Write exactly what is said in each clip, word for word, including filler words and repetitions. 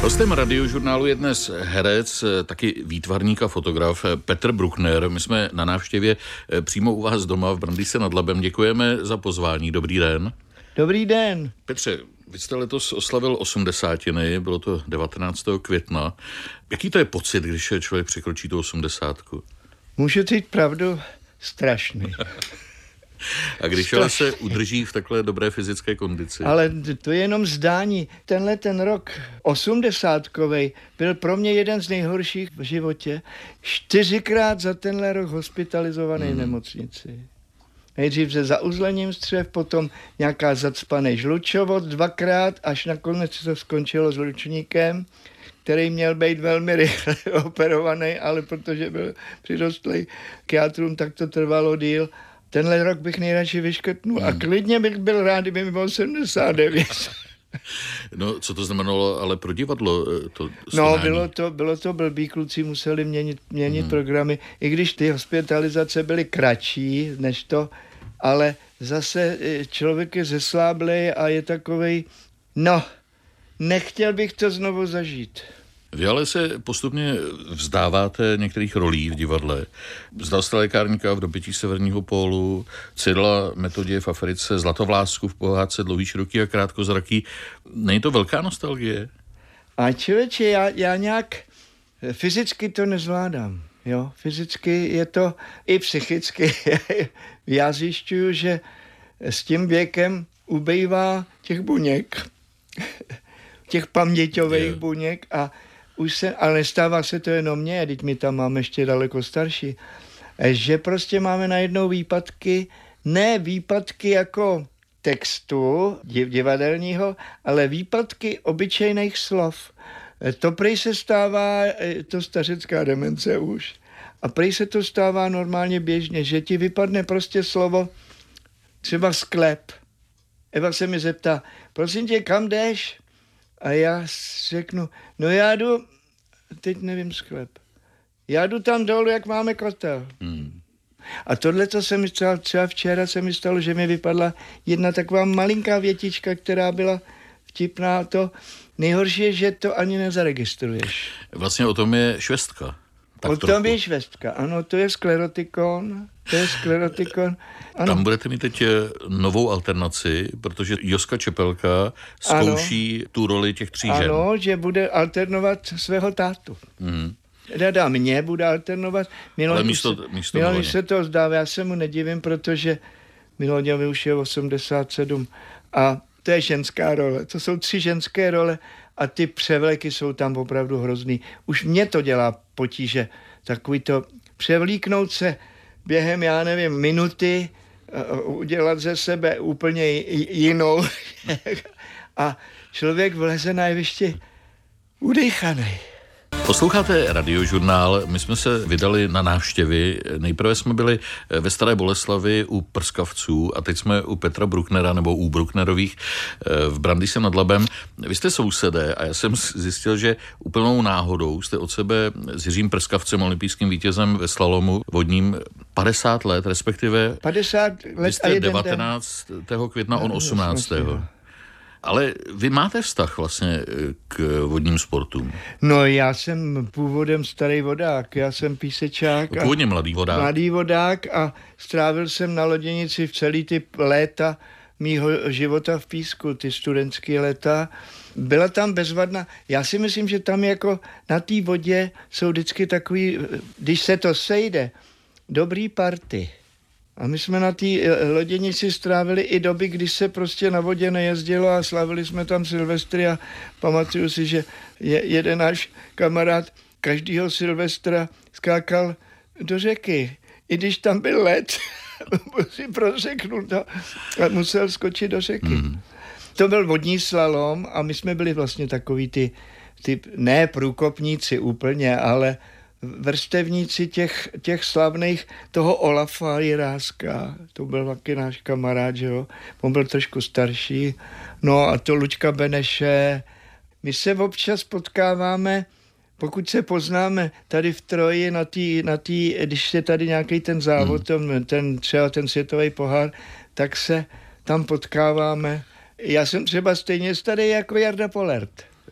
Hostem Radiožurnálu je dnes herec, taky výtvarník a fotograf Petr Bruckner. My jsme na návštěvě přímo u vás doma v Brandýse nad Labem. Děkujeme za pozvání. Dobrý den. Dobrý den. Petře, vy jste letos oslavil osmdesátiny, bylo to devatenáctého května. Jaký to je pocit, když člověk překročí tu osmdesátku? Můžu říct pravdu, strašný. A když ale se udrží v takhle dobré fyzické kondici? Ale to je jenom zdání. Tenhle ten rok osmdesátkovej byl pro mě jeden z nejhorších v životě. Čtyřikrát za tenhle rok hospitalizovaný hmm. v nemocnici. Nejdřív se zauzlením střev, potom nějaká zacpaný žlučovod dvakrát, až nakonec se skončilo s ručníkem, který měl být velmi rychle operovaný, ale protože byl přirostlý k játrům, tak to trvalo díl. Tenhle rok bych nejradši vyškrtnul hmm. a klidně bych byl rád, kdyby mi bylo sedmdesát devět. No, co to znamenalo ale pro divadlo? To no, bylo to, bylo to blbý, kluci museli měnit, měnit hmm. programy, i když ty hospitalizace byly kratší než to, ale zase člověk je zesláblej a je takovej, no, nechtěl bych to znovu zažít. Vy ale se postupně vzdáváte některých rolí v divadle. Vzdal jste lékárníka v Dopití severního pólu, Cyrila Metodě v Africe, Zlatovlásku v Pohádce Dlouhý, široký a krátkozraký. Není to velká nostalgie? A člověče, já, já nějak fyzicky to nezvládám. Jo? Fyzicky je to i psychicky. Já zjišťuju, že s tím věkem ubejvá těch buněk, těch paměťových buněk a už se, ale nestává se to jenom mně, teď my tam máme ještě daleko starší, že prostě máme najednou výpadky, ne výpadky jako textu divadelního, ale výpadky obyčejných slov. To prej se stává, to stařecká demence už, a prej se to stává normálně běžně, že ti vypadne prostě slovo, třeba sklep. Eva se mi zeptá, prosím tě, kam jdeš? A já řeknu, no já jdu, teď nevím sklep, já jdu tam dolů, jak máme kotel. Hmm. A tohle, co se mi stalo, třeba včera se mi stalo, že mi vypadla jedna taková malinká větička, která byla vtipná. To nejhorší je, že to ani nezaregistruješ. Vlastně o tom je švestka. Tak o tom je švestka, ano, to je sklerotikon. To je sklerotikon. Ano. Tam budete mít teď novou alternaci, protože Joska Čepelka zkouší ano. tu roli těch tří žen. Ano, že bude alternovat svého tátu. Hmm. Dada mě bude alternovat. Ale místo, místo Milovi se to zdá, já se mu nedivím, protože Miloňovi už je osmdesát sedm a to je ženská role. To jsou tři ženské role a ty převleky jsou tam opravdu hrozný. Už mě to dělá potíže. Takový to převlíknout se během, já nevím, minuty, udělat ze sebe úplně jinou a člověk vleze na jeviště udýchaný. Posloucháte Radiožurnál, my jsme se vydali na návštěvy. Nejprve jsme byli ve Staré Boleslavi u prskavců a teď jsme u Petra Brucknera nebo u Brucknerových v Brandýse nad Labem. Vy jste sousedé a já jsem zjistil, že úplnou náhodou jste od sebe s Jiřím Prskavcem, olympijským vítězem ve slalomu vodním, padesát let, respektive padesát let vy jste devatenáctého května, on osmnáctého Ale vy máte vztah vlastně k vodním sportům. No já jsem původem starý vodák, já jsem písečák. Původně mladý vodák. Mladý vodák a strávil jsem na loděnici v celý ty léta mýho života v písku, ty studentské léta. Byla tam bezvadná. Já si myslím, že tam jako na té vodě jsou vždycky takový, když se to sejde, dobrý party. A my jsme na té loděnici strávili i doby, kdy se prostě na vodě nejezdilo a slavili jsme tam Silvestry a pamatuju si, že je, jeden náš kamarád každýho Silvestra skákal do řeky. I když tam byl led, si proseknul to a musel skočit do řeky. Mm. To byl vodní slalom a my jsme byli vlastně takový ty, ty ne průkopníci úplně, ale vrstevníci těch, těch slavných, toho Olafa Jiráska, to byl taky náš kamarád, že jo, on byl trošku starší, no a to Luďka Beneše. My se občas potkáváme, pokud se poznáme tady v Troji na tý, na tý, když je tady nějaký ten závod, hmm. ten, třeba ten světový pohár, tak se tam potkáváme. Já jsem třeba stejně starý jako Jarda Polert.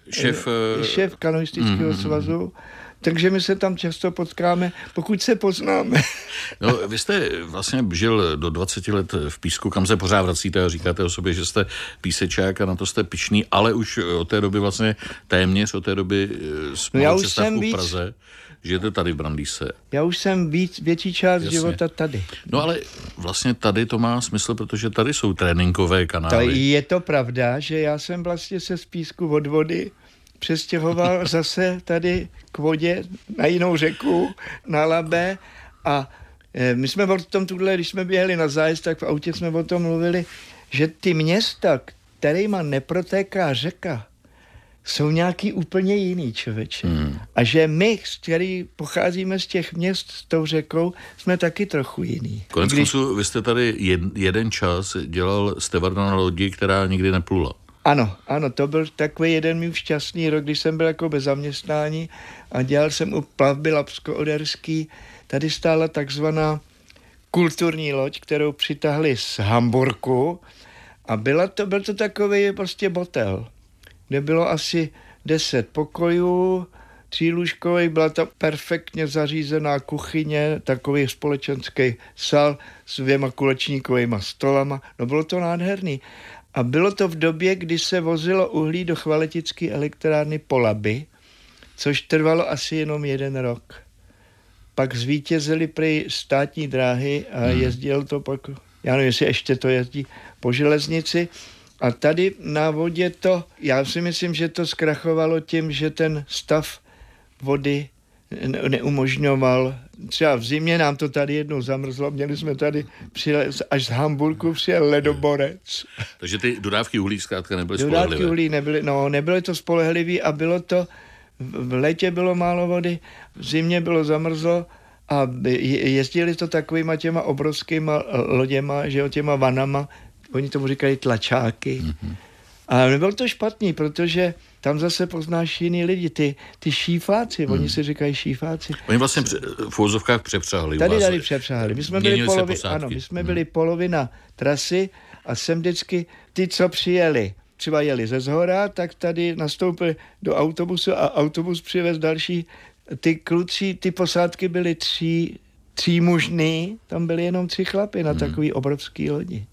šéf, šéf kanoistického mm, svazu. Takže my se tam často potkáme, pokud se poznáme. No, vy jste vlastně žil do dvaceti let v Písku, kam se pořád vracíte a říkáte o sobě, že jste písečák a na to jste pyšný, ale už od té doby vlastně téměř od té doby s no já už přestávkou jsem v Praze. Víc... Žijete tady v Brandýse. Já už jsem víc, větší část Jasně. života tady. No ale vlastně tady to má smysl, protože tady jsou tréninkové kanály. To je to pravda, že já jsem vlastně se z Písku od vody přestěhoval zase tady k vodě na jinou řeku, na Labe a e, my jsme o tom tuhle, když jsme běhali na zájezd, tak v autě jsme o tom mluvili, že ty města, kterýma neprotéká řeka, jsou nějaký úplně jiný, člověče. Hmm. A že my, který pocházíme z těch měst s tou řekou, jsme taky trochu jiný. Konec Když... konců, vy jste tady jed, jeden čas dělal stevarda na lodi, která nikdy neplula. Ano, ano, to byl takový jeden mý šťastný rok, když jsem byl jako bez zaměstnání a dělal jsem u plavby Labsko-Oderský. Tady stála takzvaná kulturní loď, kterou přitahli z Hamburku a byla to, byl to takový prostě botel, kde bylo asi deset pokojů, třílůžkový, byla tam perfektně zařízená kuchyně, takový společenský sál s dvěma kulečníkovýma stolama. No bylo to nádherný. A bylo to v době, kdy se vozilo uhlí do chvaletické elektrárny po Labi, což trvalo asi jenom jeden rok. Pak zvítězili prý státní dráhy a hmm. jezdil to pak, já nevím, jestli ještě to jezdí po železnici. A tady na vodě to, já si myslím, že to zkrachovalo tím, že ten stav vody neumožňoval. Třeba v zimě nám to tady jednou zamrzlo, měli jsme tady přijel, až z Hamburku přijel ledoborec. Takže ty dodávky uhlí zkrátka nebyly dodávky spolehlivé. Dodávky uhlí nebyly, no nebyly to spolehlivý a bylo to, v létě bylo málo vody, v zimě bylo zamrzlo a jezdili to takovýma těma obrovskýma loděma, že jo, těma vanama, oni tomu říkali tlačáky. Mm-hmm. A nebylo to špatný, protože tam zase poznáš jiný lidi, ty, ty šífáci, hmm. oni si říkají šífáci. Oni vlastně pře, v úzovkách přepřáhli. Tady tady přepřáhli. My jsme byli, polovi, ano, my jsme hmm. byli polovina trasy a sem vždycky ty, co přijeli, třeba jeli ze Zhora, tak tady nastoupili do autobusu a autobus přivez další. Ty kluci, ty posádky byly tří, tří mužný, tam byly jenom tři chlapy na hmm. takový obrovský lodi.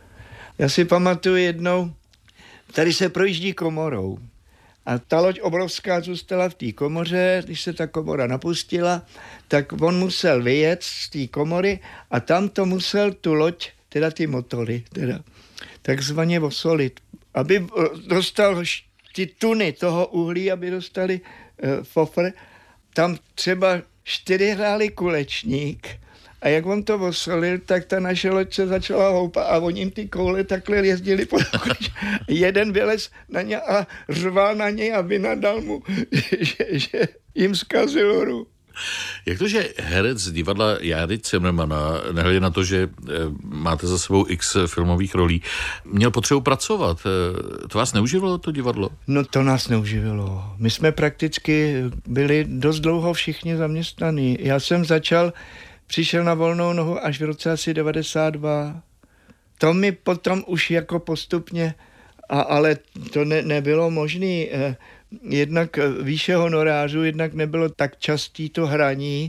Já si pamatuju jednou, tady se projíždí komorou. A ta loď obrovská zůstala v té komoře, když se ta komora napustila, tak on musel vyjet z té komory a tam to musel tu loď, teda ty motory, teda takzvaně osolit, aby dostal ty tuny toho uhlí, aby dostali uh, fofr. Tam třeba čtyři hráli kulečník a jak on to osolil, tak ta naše loď se začala houpat a oni jim ty koule takhle jezdili po jeden vylez na ně a řval na něj a vynadal mu, že, že jim zkazil hru. Jak to, že herec z divadla Járy Cimrmana, nehledě na to, že máte za sebou x filmových rolí, měl potřebu pracovat. To vás neuživilo, to divadlo? No to nás neuživilo. My jsme prakticky byli dost dlouho všichni zaměstnaní. Já jsem začal Přišel na volnou nohu až v roce asi devadesát dva. To mi potom už jako postupně, a, ale to ne, nebylo možné. Eh, jednak výše honorářů, jednak nebylo tak častý to hraní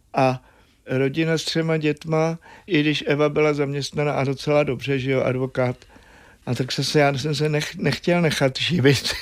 a rodina s třema dětma, i když Eva byla zaměstnaná a docela dobře, že jo, advokát. A tak se, já jsem se nech, nechtěl nechat živit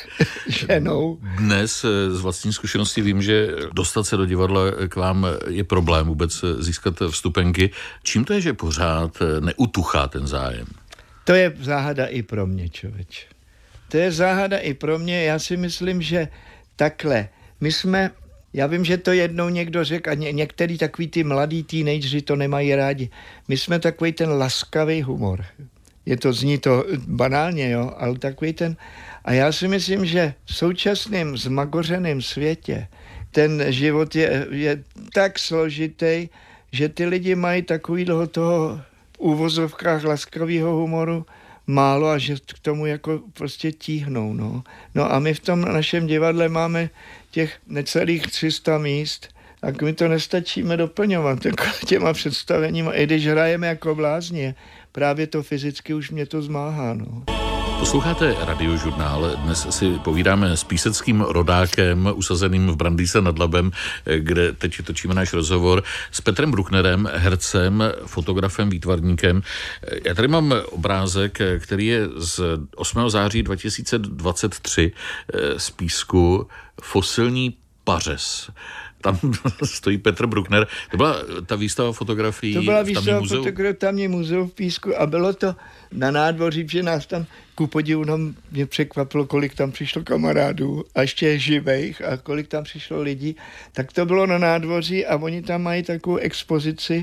ženou. Dnes z vlastní zkušenosti vím, že dostat se do divadla k vám je problém, vůbec získat vstupenky. Čím to je, že pořád neutuchá ten zájem? To je záhada i pro mě, člověče. To je záhada i pro mě. Já si myslím, že takhle. My jsme, já vím, že to jednou někdo řekl a ně, některý takový ty mladý teenageři to nemají rádi. My jsme takový ten laskavý humor. Je to, zní to banálně, jo, ale takový ten... A já si myslím, že v současném zmagořeném světě ten život je, je tak složitý, že ty lidi mají takovýho toho v úvozovkách laskavého humoru málo a že k tomu jako prostě tíhnou, no. No a my v tom našem divadle máme těch necelých tři sta míst, tak my to nestačíme doplňovat těma představeníma, i když hrajeme jako blázni. Právě to fyzicky už mě to zmáhá, no. Posloucháte Radiožurnál. Dnes si povídáme s píseckým rodákem, usazeným v Brandýse nad Labem, kde teď točíme náš rozhovor s Petrem Brucknerem, hercem, fotografem, výtvarníkem. Já tady mám obrázek, který je z osmého září dva tisíce dvacet tři z Písku, fosilní pařez. Tam stojí Petr Bruckner. To byla ta výstava fotografií to byla v tamním výstava muzeu? Fotografie v tamním muzeu v Písku a bylo to na nádvoří, že nás tam ku podivu nám mě překvapilo, kolik tam přišlo kamarádů a ještě živejch a kolik tam přišlo lidí. Tak to bylo na nádvoří a oni tam mají takovou expozici.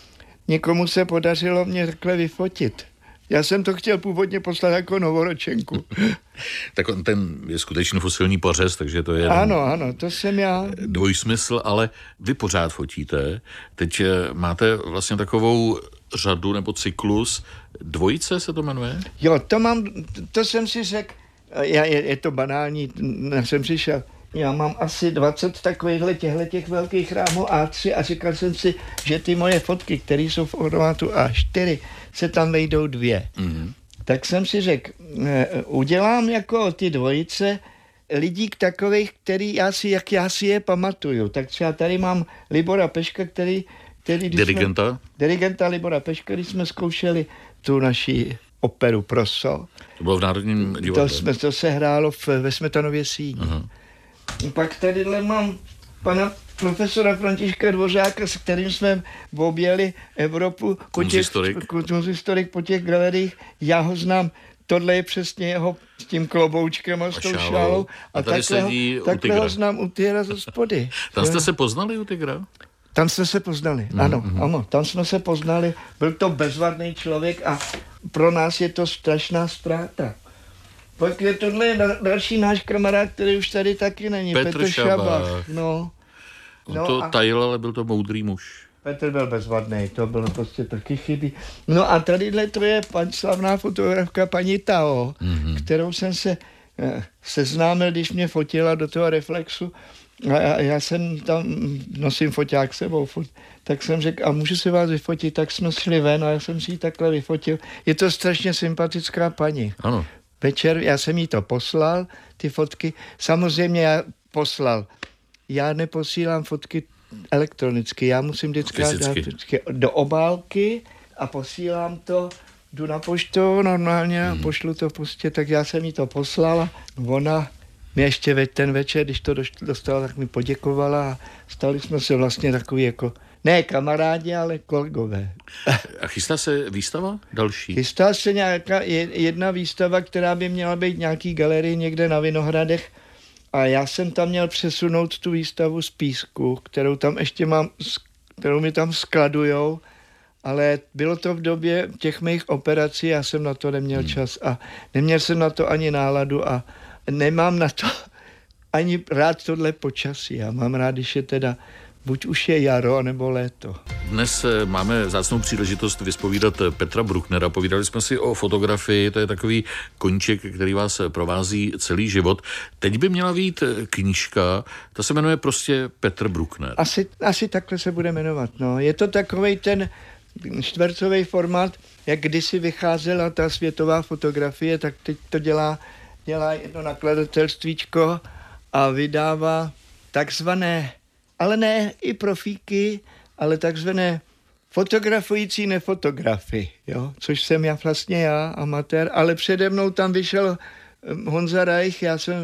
Někomu se podařilo mě takhle vyfotit. Já jsem to chtěl původně poslat jako novoročenku. Tak on ten je skutečně fosilní pařez, takže to je... Ano, ano, to jsem já. Dvojsmysl, ale vy pořád fotíte. Teď máte vlastně takovou řadu nebo cyklus. Dvojice se to jmenuje? Jo, to mám, to jsem si řekl, já, je, je to banální, já jsem přišel, já mám asi dvacet takovýchhle těchto těch velkých rámů á tři a říkal jsem si, že ty moje fotky, které jsou v formátu á čtyři, se tam vejdou dvě. Mm-hmm. Tak jsem si řekl, udělám jako ty dvojice lidí takových, který já si, jak já si je pamatuju. Tak třeba tady mám Libora Peška, který... který dirigenta? Jsme, dirigenta Libora Peška, když jsme zkoušeli tu naši operu Proso. To bylo v Národním divadle. To, jsme, to se hrálo v, ve Smetanově síni. Uh-huh. Pak tadyhle mám pana profesora Františka Dvořáka, s kterým jsme objeli Evropu po těch, kunsthistorik po těch galeriích. Já ho znám, tohle je přesně jeho s tím kloboučkem a s tou šálou. A, a takhle, ho, takhle ho znám u Tygra z hospody. Tam jste se poznali u Tygra? Tam jsme se poznali, mm, ano, mm. ano, tam jsme se poznali. Byl to bezvadný člověk a pro nás je to strašná ztráta. Pak je tohle další náš kamarád, který už tady taky není, Petr, Petr Šabach. No. On no to tajil, ale byl to moudrý muž. Petr byl bezvadný, to bylo prostě taky chybí. No a tadyhle to je paň slavná fotografka paní Tao, mm-hmm. kterou jsem se eh, seznámil, když mě fotila do toho Reflexu. A já, já jsem tam, nosím foťák sebou, fot, tak jsem řekl, a můžu si vás vyfotit, tak jsme šli ven a já jsem si ji takhle vyfotil. Je to strašně sympatická paní. Ano. Večer, já jsem jí to poslal, ty fotky. Samozřejmě já poslal. Já neposílám fotky elektronicky, já musím vždycky dát do obálky a posílám to, jdu na poštu normálně a hmm. pošlu to prostě, tak já jsem jí to poslala. Ona mě ještě ve, ten večer, když to dostala, tak mi poděkovala a stali jsme se vlastně takový jako, ne kamarádi, ale kolegové. A chystá se výstava další? Chystá se nějaká jedna výstava, která by měla být nějaký galerii někde na Vinohradech a já jsem tam měl přesunout tu výstavu z Písku, kterou tam ještě mám, kterou mi tam skladujou, ale bylo to v době těch mých operací, já jsem na to neměl hmm. čas a neměl jsem na to ani náladu a nemám na to ani rád tohle počasí. Já mám rád, když je teda buď už je jaro, nebo léto. Dnes máme vzácnou příležitost vyspovídat Petra Brucknera. Povídali jsme si o fotografii, to je takový koníček, který vás provází celý život. Teď by měla být knížka, ta se jmenuje prostě Petr Bruckner. Asi, asi takhle se bude jmenovat. No. Je to takovej ten čtvercový formát, jak kdysi vycházela ta světová fotografie, tak teď to dělá, dělá jedno nakladatelstvíčko a vydává takzvané, ale ne i profíky, ale takzvané fotografující nefotografy, jo? Což jsem já vlastně já, amatér, ale přede mnou tam vyšel Honza Reich, já jsem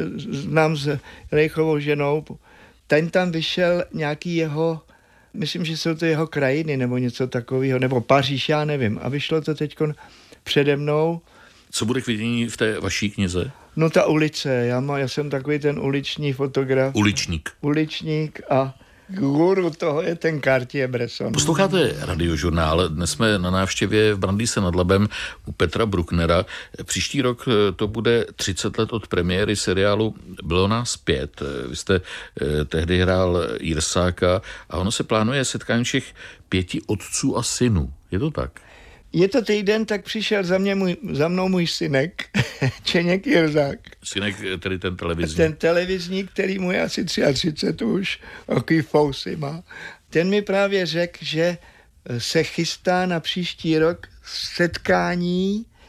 znám s Reichovou ženou, ten tam vyšel nějaký jeho, myslím, že jsou to jeho krajiny nebo něco takového, nebo Paříž, já nevím. A vyšlo to teď přede mnou. Co bude k vidění v té vaší knize? No ta ulice, já, má, já jsem takový ten uliční fotograf. Uličník. Uličník a guru toho je ten Cartier-Bresson. Posloucháte Radiožurnál. Dnes jsme na návštěvě v Brandýse nad Labem u Petra Brucknera. Příští rok to bude třicet let od premiéry seriálu Bylo nás pět. Vy jste eh, tehdy hrál Jirsáka a ono se plánuje setkání všech pěti otců a synů. Je to tak? Je to týden, tak přišel za, mě můj, za mnou můj synek, Čeněk Jirzák. Synek, tedy ten televizní. Ten televizní, který mu je asi třicet tři už, takový fousy má. Ten mi právě řekl, že se chystá na příští rok setkání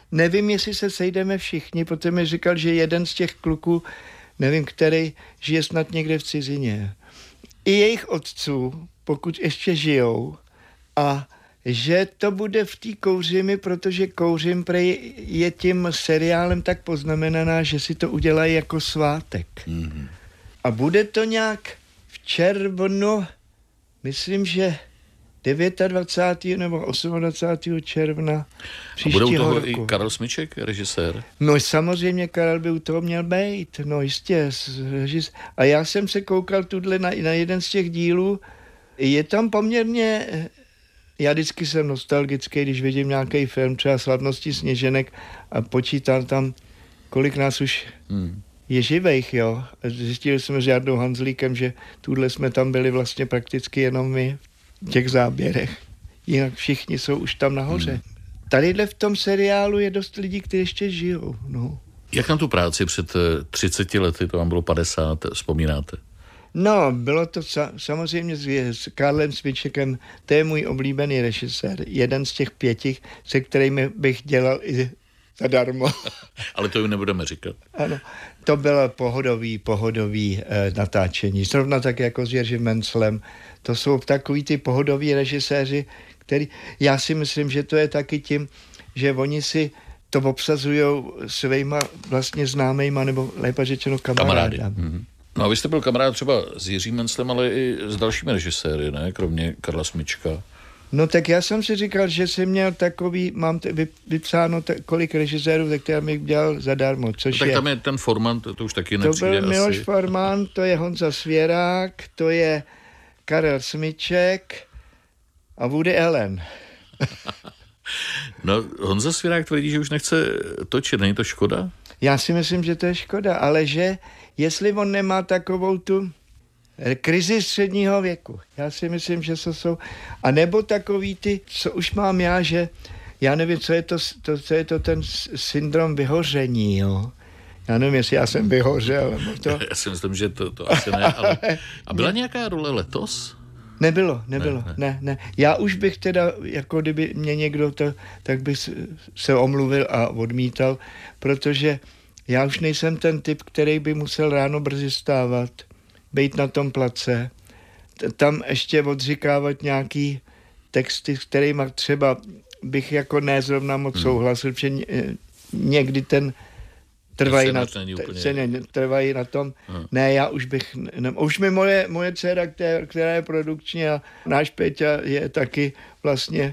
nevím, jestli se sejdeme všichni, protože mi říkal, že jeden z těch kluků, nevím který, žije snad někde v cizině. I jejich otců, pokud ještě žijou, a že to bude v té Kouřimi, protože Kouřim prej je tím seriálem tak poznamenaná, že si to udělají jako svátek. Mm-hmm. A bude to nějak v červnu, myslím, že dvacátého devátého nebo dvacátého osmého června příštího roku. A bude u toho roku. I Karel Smyček, režisér? No samozřejmě Karel by u toho měl být, no jistě. Režis... A já jsem se koukal tuhle na, na jeden z těch dílů, je tam poměrně... Já vždycky jsem nostalgický, když vidím nějaký film, třeba Slavnosti sněženek a počítám tam, kolik nás už hmm. je živejch, jo. Zjistili jsme s Jardou Hanzlíkem, že tuhle jsme tam byli vlastně prakticky jenom my v těch záběrech. Jinak všichni jsou už tam nahoře. Hmm. Tadyhle v tom seriálu je dost lidí, kteří ještě žijou, no. Jak na tu práci před třiceti lety, to vám bylo padesát, vzpomínáte? No, bylo to sa- samozřejmě s, s Karlem Smyčekem, to je můj oblíbený režisér, jeden z těch pěti, se kterými bych dělal i zadarmo. Ale to jim nebudeme říkat. Ano, to bylo pohodový, pohodový eh, natáčení, zrovna tak jako s Jiřím Menclem. To jsou takový ty pohodoví režiséři, který, já si myslím, že to je taky tím, že oni si to obsazujou svýma vlastně známejma, nebo lépe řečeno kamarády. Mm-hmm. No a vy jste byl kamarád třeba s Jiřím Menclem, ale i s dalšími režiséry, ne? Kromě Karla Smyčka. No tak já jsem si říkal, že jsem měl takový, mám t- vy, vypsáno t- kolik režisérů, tak kterým bych dělal zadarmo, což no, tak je... tam je ten Forman, to, to už taky to nepřijde. To byl Miloš Forman, to je Honza Svěrák, to je Karel Smyček a Woody Allen. No, Honza Svěrák tvrdí, že už nechce točit, není to škoda? Já si myslím, že to je škoda, ale že jestli on nemá takovou tu krizi středního věku, já si myslím, že to jsou, a nebo takový ty, co už mám já, že já nevím, co je to, to, co je to ten syndrom vyhoření, jo. Já nevím, jestli já jsem vyhořel, nebo to... Já si myslím, že to, to asi ne, ale... A byla nějaká role letos? Nebylo, nebylo, ne, ne, ne. Já už bych teda, jako kdyby mě někdo to, tak bych se omluvil a odmítal, protože já už nejsem ten typ, který by musel ráno brzy stávat, být na tom place, t- tam ještě odříkávat nějaký texty, s kterýma třeba bych jako ne zrovna moc hmm. souhlasil, protože někdy ten trvají na, se ne, trvají na tom. Hmm. Ne, já už bych, ne, už mi moje, moje dcera, která, která je produkční a náš Péťa je taky vlastně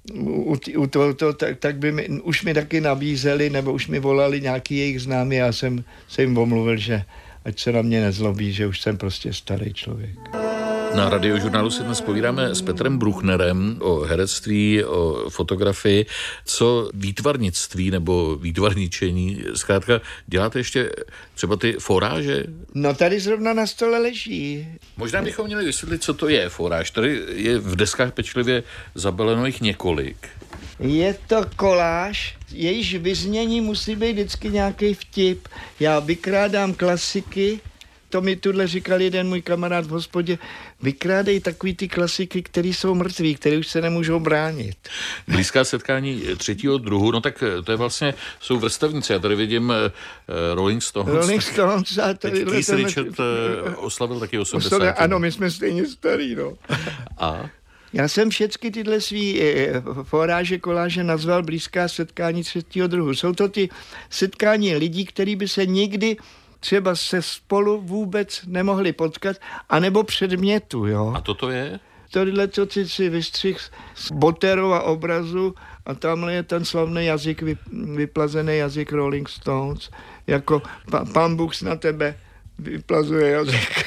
u, u toho, to, tak, tak by mi, už mi taky nabízeli, nebo už mi volali nějaký jejich známí a já jsem se jim omluvil, že ať se na mě nezlobí, že už jsem prostě starý člověk. Na Radiožurnálu si dnes povídáme s Petrem Bruchnerem o herectví, o fotografii, co výtvarnictví nebo výtvarničení. Zkrátka, děláte ještě třeba ty foráže? No tady zrovna na stole leží. Možná bychom měli vysvětlit, co to je foráž. Tady je v deskách pečlivě zabaleno jich několik. Je to koláž, jejíž vyznění musí být vždycky nějaký vtip. Já vykrádám klasiky, to mi tuhle říkal jeden můj kamarád v hospodě, vykrádejí takový ty klasiky, které jsou mrtví, které už se nemůžou bránit. Blízká setkání třetího druhu, no tak to je vlastně, jsou vrstevníci. Já tady vidím uh, Rolling Stones. Rolling Stones a tady... Keith Richards uh, oslavil taky osmdesát. Ano, my jsme stejně starý, no. A? Já jsem všechny tyhle svý e, foráže, koláže nazval blízká setkání třetího druhu. Jsou to ty setkání lidí, kteří by se nikdy třeba se spolu vůbec nemohli potkat, anebo předmětu, jo. A toto je? Tohle, co si, si vystřih z Botterova obrazu a tamhle je ten slavný jazyk, vy, vyplazený jazyk Rolling Stones, jako pa, pán Bůh na tebe vyplazuje jazyk.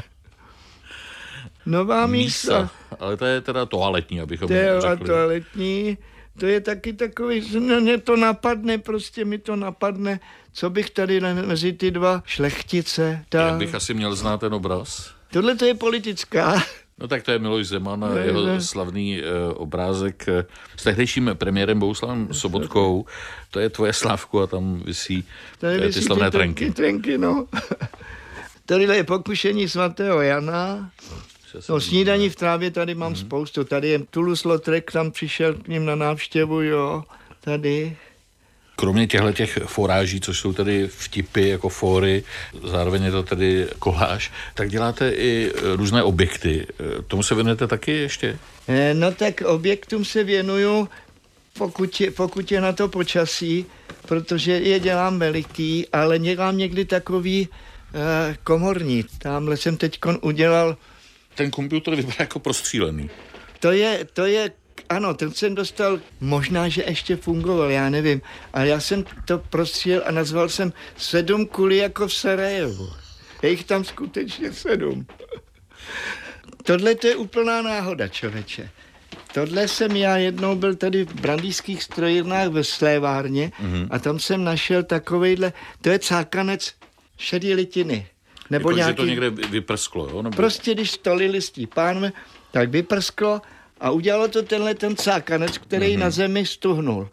Nová místa. místa. Ale to je teda toaletní, abychom to je řekli. toaletní. To je taky takový, mě to napadne, prostě mi to napadne, co bych tady mezi ty dva šlechtice dal. Jak bych asi měl znát ten obraz? Tohle to je politická. No tak to je Miloš Zeman a jeho ne. slavný uh, obrázek uh, s tehdejším premiérem Bohuslavem Sobotkou. To je tvoje Slávku a tam visí tady ty, ty slavné ty trenky. trenky, no. Tady je pokušení svatého Jana. No, snídaní v trávě tady mám hmm. spoustu. Tady je Toulouse-Lautrec, tam přišel k ním na návštěvu, jo. Tady. Kromě těchto těch foráží, což jsou tedy vtipy jako fóry, zároveň je to tedy koláž, tak děláte i různé objekty. Tomu se věnujete taky ještě? No tak objektům se věnuju, pokud je, pokud je na to počasí, protože je dělám veliký, ale dělám někdy takový uh, komorní. Tamhle jsem teďkon udělal... Ten počítač vypadá jako prostřílený. To je, to je, ano, ten jsem dostal, možná, že ještě fungoval, já nevím, ale já jsem to prostřílel a nazval jsem sedm kulí jako v Sarajevu. Je jich tam skutečně sedm. Tohle to je úplná náhoda, člověče. Tohle jsem já jednou byl tady v Brandýských strojírnách ve Slévárně mm-hmm. a tam jsem našel takovejhle, to je cákanec šedý litiny. Nebo jako, nějaký... že to někde vyprsklo, jo? Nebo... Prostě, když stolili s tím pánve, tak vyprsklo a udělalo to tenhle ten cákanec, který mm-hmm. na zemi stuhnul.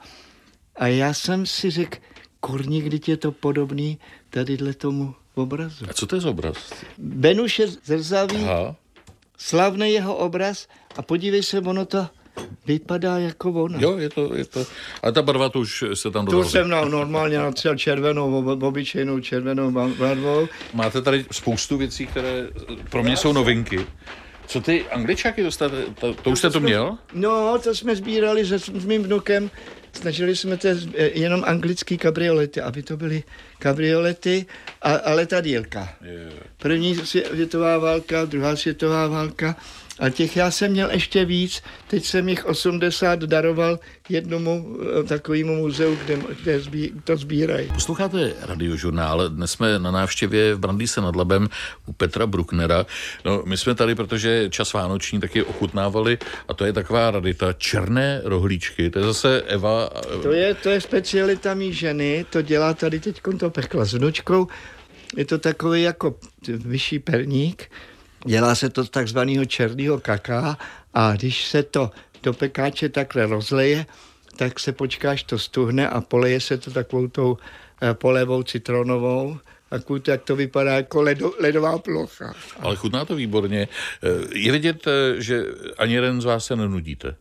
A já jsem si řekl, kurník, když je to podobný tadyhle tomu obrazu. A co to je za obraz? Benuše Zrzaví, Aha. slavný jeho obraz a podívej se, ono to vypadá jako ona. Jo, je to, je to. Ale ta barva to už se tam dodala. Tu jsem na, normálně natřel červenou, obyčejnou červenou barvou. Máte tady spoustu věcí, které pro mě jsou novinky. Co ty Angličáky dostáte? To, to už jste to měl? No, to jsme sbírali se, s mým vnukem. Snažili jsme to jenom anglický kabriolety, aby to byly kabriolety a, a letadýlka. Yeah. První světová válka, druhá světová válka. A těch já jsem měl ještě víc. Teď jsem jich osmdesát daroval jednomu takovému muzeu, kde, kde zbí, to sbírají. Posloucháte Radiožurnál. Dnes jsme na návštěvě v Brandýse nad Labem u Petra Brucknera. No, my jsme tady, protože čas vánoční taky ochutnávali a to je taková radita černé rohlíčky. To je zase Eva. To je, to je specialita mý ženy. To dělá tady teď to pekla s vnučkou. Je to takový jako vyšší perník. Dělá se to z takzvaného černého kaká a když se to do pekáče takhle rozleje, tak se počkáš, to stuhne a poleje se to takovou tou polevou citronovou. Takovou to, jak to vypadá jako ledo, ledová plocha. Ale chutná to výborně. Je vidět, že ani jeden z vás se nenudíte.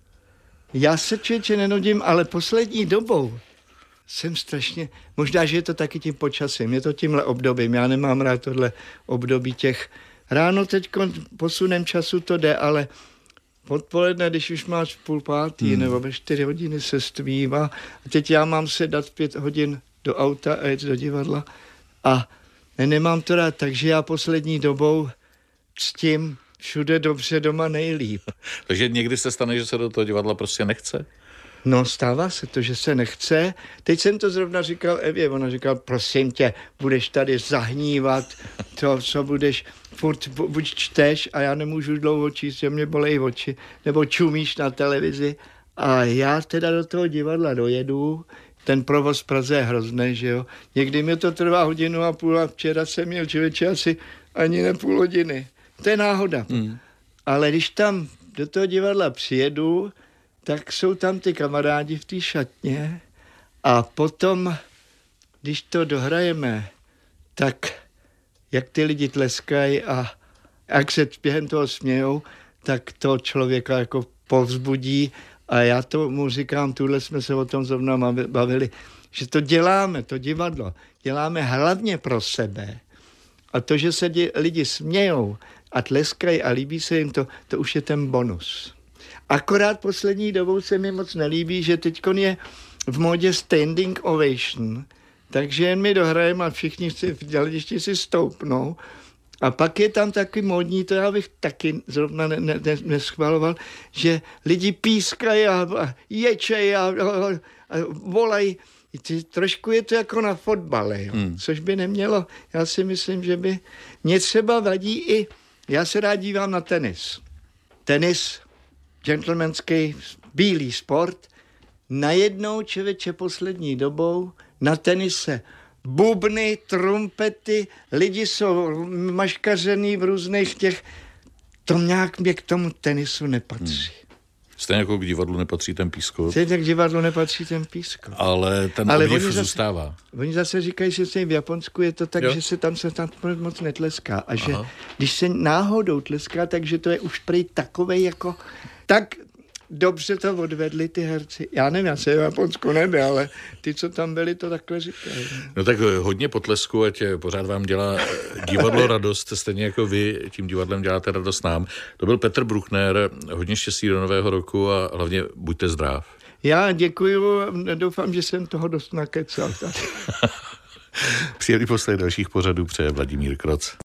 Já se člověče nenudím, ale poslední dobou jsem strašně, možná, že je to taky tím počasím, je to tímhle obdobím. Já nemám rád tohle období těch. Ráno teď posunem času to jde, ale odpoledne, když už máš v půl pátý hmm. nebo ve čtyři hodiny se stvívá. A teď já mám se dát pět hodin do auta a jet do divadla a nemám to rád, takže já poslední dobou ctím všude dobře, doma nejlíp. Takže někdy se stane, že se do toho divadla prostě nechce? No, stává se to, že se nechce. Teď jsem to zrovna říkal Evě, ona říkal, prosím tě, budeš tady zahnívat, to, co budeš, furt buď čteš a já nemůžu dlouho číst, že mě bolejí oči, nebo čumíš na televizi. A já teda do toho divadla dojedu, ten provoz v Praze je hrozný, že jo. Někdy mi to trvá hodinu a půl a včera jsem měl člověče asi ani ne půl hodiny. To je náhoda. Hmm. Ale když tam do toho divadla přijedu, tak jsou tam ty kamarádi v té šatně a potom, když to dohrajeme, tak jak ty lidi tleskají a jak se během toho smějou, tak to člověka jako povzbudí a já tomu říkám, tuhle jsme se o tom zrovna bavili, že to děláme, to divadlo, děláme hlavně pro sebe a to, že se dě, lidi smějou a tleskají a líbí se jim to, to už je ten bonus. Akorát poslední dobou se mi moc nelíbí, že teďkon je v módě standing ovation, takže jen mi dohrajeme a všichni si v hledišti si stoupnou. A pak je tam taky módní, to já bych taky zrovna ne, ne, ne, neschvaloval, že lidi pískají a, a ječejí a, a, a volají. Trošku je to jako na fotbale, jo, hmm. což by nemělo. Já si myslím, že by mě třeba vadí i, já se rád dívám na tenis. Tenis, gentlemanský, bílý sport, najednou člověče poslední dobou na tenise bubny, trumpety, lidi jsou maškařený v různých těch, to nějak mě k tomu tenisu nepatří. Hmm. Stejně jako k divadlu nepatří ten pískot. Stejně k divadlu nepatří ten pískot. Ale ten Ale obdiv oni zůstává. Zase, oni zase říkají, že se v Japonsku je to tak, jo. že se tam se tam moc netleská. A že Aha. když se náhodou tleská, takže to je už prý takovej jako... Tak dobře to odvedli ty herci. Já nevím, já jsem v Japonsku nebyl, ale ty, co tam byli, to takhle říkají. No tak hodně potlesku, ať pořád vám dělá divadlo radost, stejně jako vy tím divadlem děláte radost nám. To byl Petr Bruckner, hodně štěstí do nového roku a hlavně buďte zdrav. Já děkuju, doufám, že jsem toho dost nakecal tady. Příjemný poslech dalších pořadů přeje Vladimír Kroc.